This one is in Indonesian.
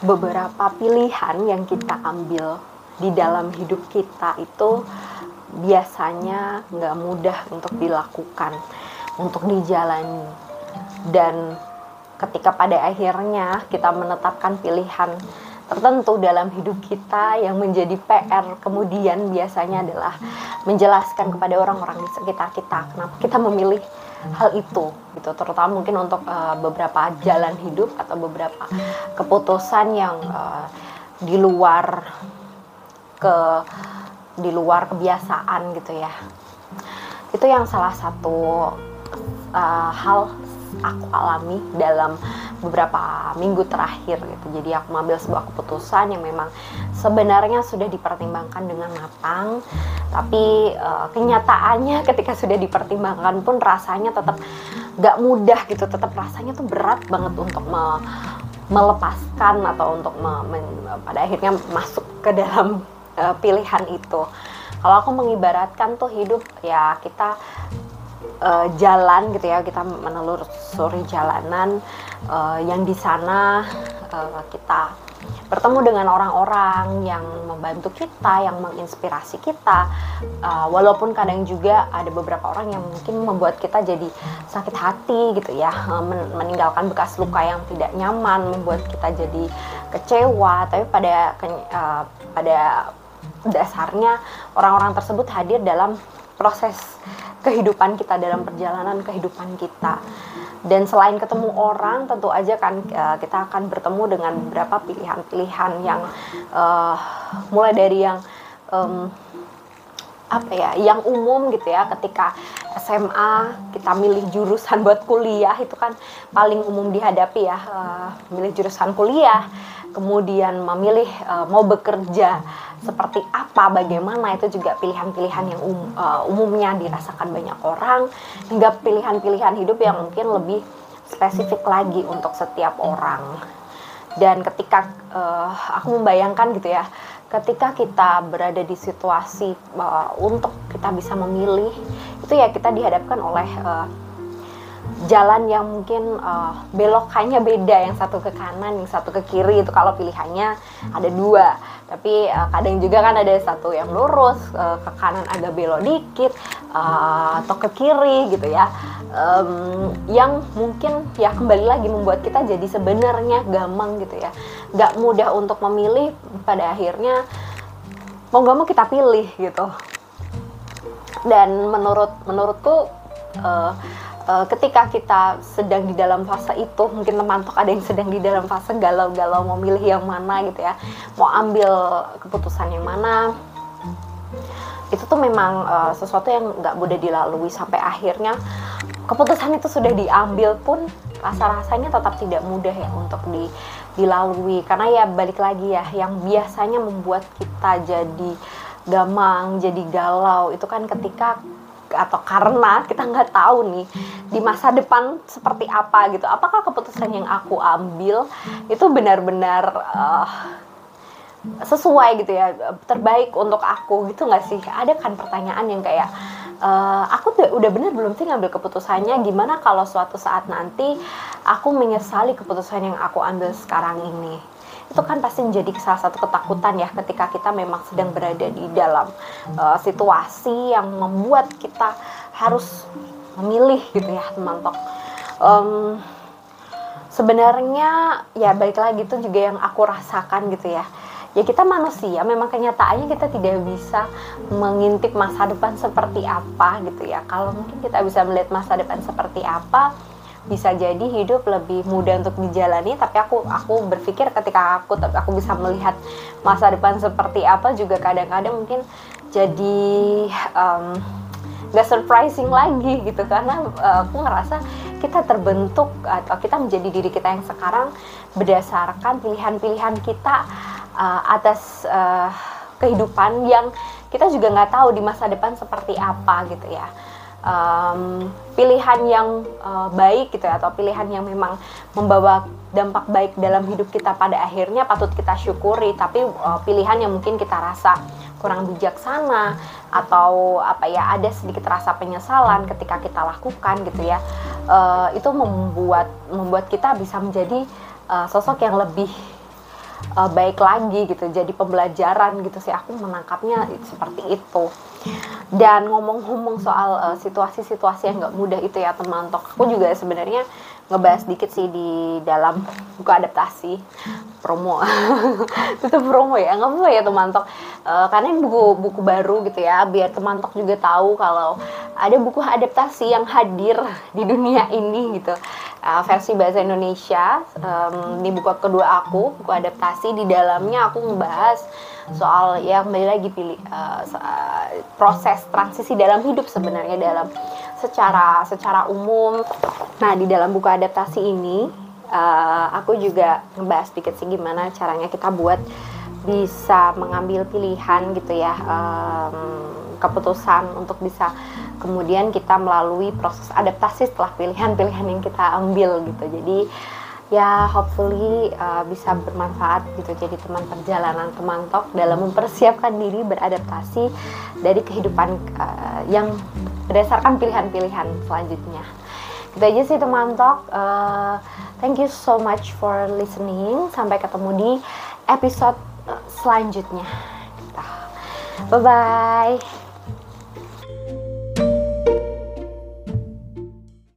beberapa pilihan yang kita ambil di dalam hidup kita itu biasanya nggak mudah untuk dilakukan, untuk dijalani. Dan ketika pada akhirnya kita menetapkan pilihan tertentu dalam hidup kita, yang menjadi PR kemudian biasanya adalah menjelaskan kepada orang-orang di sekitar kita kenapa kita memilih hal itu gitu, terutama mungkin untuk beberapa jalan hidup atau beberapa keputusan yang di luar kebiasaan gitu ya. Itu yang salah satu hal aku alami dalam beberapa minggu terakhir gitu. Jadi aku mengambil sebuah keputusan yang memang sebenarnya sudah dipertimbangkan dengan matang, tapi kenyataannya ketika sudah dipertimbangkan pun rasanya tetap gak mudah gitu, tetap rasanya tuh berat banget untuk melepaskan atau untuk pada akhirnya masuk ke dalam pilihan itu. Kalau aku mengibaratkan tuh hidup ya kita jalan gitu ya, kita menelusuri jalanan yang di sana kita bertemu dengan orang-orang yang membantu kita, yang menginspirasi kita, walaupun kadang juga ada beberapa orang yang mungkin membuat kita jadi sakit hati gitu ya, meninggalkan bekas luka yang tidak nyaman, membuat kita jadi kecewa. Tapi pada dasarnya orang-orang tersebut hadir dalam proses kehidupan kita, dalam perjalanan kehidupan kita. Dan selain ketemu orang, tentu aja kan kita akan bertemu dengan beberapa pilihan-pilihan yang mulai dari yang yang umum gitu ya. Ketika SMA kita milih jurusan buat kuliah, itu kan paling umum dihadapi ya, milih jurusan kuliah, kemudian memilih mau bekerja seperti apa, bagaimana, itu juga pilihan-pilihan yang umumnya dirasakan banyak orang, hingga pilihan-pilihan hidup yang mungkin lebih spesifik lagi untuk setiap orang. Dan ketika aku membayangkan gitu ya, ketika kita berada di situasi untuk kita bisa memilih, itu ya kita dihadapkan oleh jalan yang mungkin belokannya beda, yang satu ke kanan, yang satu ke kiri. Itu kalau pilihannya ada dua, tapi kadang juga kan ada satu yang lurus, ke kanan agak belok dikit, atau ke kiri gitu ya, yang mungkin ya kembali lagi membuat kita jadi sebenarnya gamang gitu ya, gak mudah untuk memilih. Pada akhirnya mau gak mau kita pilih gitu. Dan menurutku ketika kita sedang di dalam fase itu, mungkin teman-teman ada yang sedang di dalam fase galau-galau mau milih yang mana gitu ya, mau ambil keputusan yang mana, itu tuh memang sesuatu yang nggak mudah dilalui. Sampai akhirnya keputusan itu sudah diambil pun rasa-rasanya tetap tidak mudah ya untuk dilalui, karena ya balik lagi ya, yang biasanya membuat kita jadi gamang, jadi galau, itu kan ketika atau karena kita nggak tahu nih di masa depan seperti apa gitu. Apakah keputusan yang aku ambil itu benar-benar sesuai gitu ya, terbaik untuk aku gitu nggak sih? Ada kan pertanyaan yang kayak aku udah benar belum sih ngambil keputusannya? Gimana kalau suatu saat nanti aku menyesali keputusan yang aku ambil sekarang ini? Itu kan pasti menjadi salah satu ketakutan ya, ketika kita memang sedang berada di dalam situasi yang membuat kita harus memilih gitu ya, teman-teman. Sebenarnya ya balik lagi, itu juga yang aku rasakan gitu ya. Ya kita manusia, memang kenyataannya kita tidak bisa mengintip masa depan seperti apa gitu ya. Kalau mungkin kita bisa melihat masa depan seperti apa, bisa jadi hidup lebih mudah untuk dijalani. Tapi aku berpikir ketika aku bisa melihat masa depan seperti apa, juga kadang-kadang mungkin jadi gak surprising lagi gitu, karena aku ngerasa kita terbentuk atau kita menjadi diri kita yang sekarang berdasarkan pilihan-pilihan kita atas kehidupan yang kita juga nggak tahu di masa depan seperti apa gitu ya. Pilihan yang baik gitu ya, atau pilihan yang memang membawa dampak baik dalam hidup kita pada akhirnya patut kita syukuri. Tapi pilihan yang mungkin kita rasa kurang bijaksana atau ada sedikit rasa penyesalan ketika kita lakukan gitu ya, itu membuat kita bisa menjadi sosok yang lebih baik lagi gitu, jadi pembelajaran gitu sih, aku menangkapnya seperti itu. Dan ngomong-ngomong soal situasi-situasi yang nggak mudah itu ya teman Tok, aku juga sebenarnya ngebahas dikit sih di dalam buku adaptasi promo. Itu promo ya, nggak apa-apa ya teman Tok. Karena ini buku baru gitu ya, biar teman Tok juga tahu kalau ada buku adaptasi yang hadir di dunia ini gitu. Versi bahasa Indonesia, ini buku kedua aku, buku adaptasi. Di dalamnya aku ngebahas soal yang kembali lagi proses transisi dalam hidup sebenarnya, dalam secara umum. Nah, di dalam buku adaptasi ini aku juga ngebahas sedikit sih gimana caranya kita buat bisa mengambil pilihan gitu ya, keputusan untuk bisa kemudian kita melalui proses adaptasi setelah pilihan-pilihan yang kita ambil gitu. Jadi ya hopefully bisa bermanfaat gitu, jadi teman perjalanan teman Tok dalam mempersiapkan diri beradaptasi dari kehidupan yang berdasarkan pilihan-pilihan selanjutnya. Gitu aja sih teman Tok. Thank you so much for listening. Sampai ketemu di episode selanjutnya. Bye bye.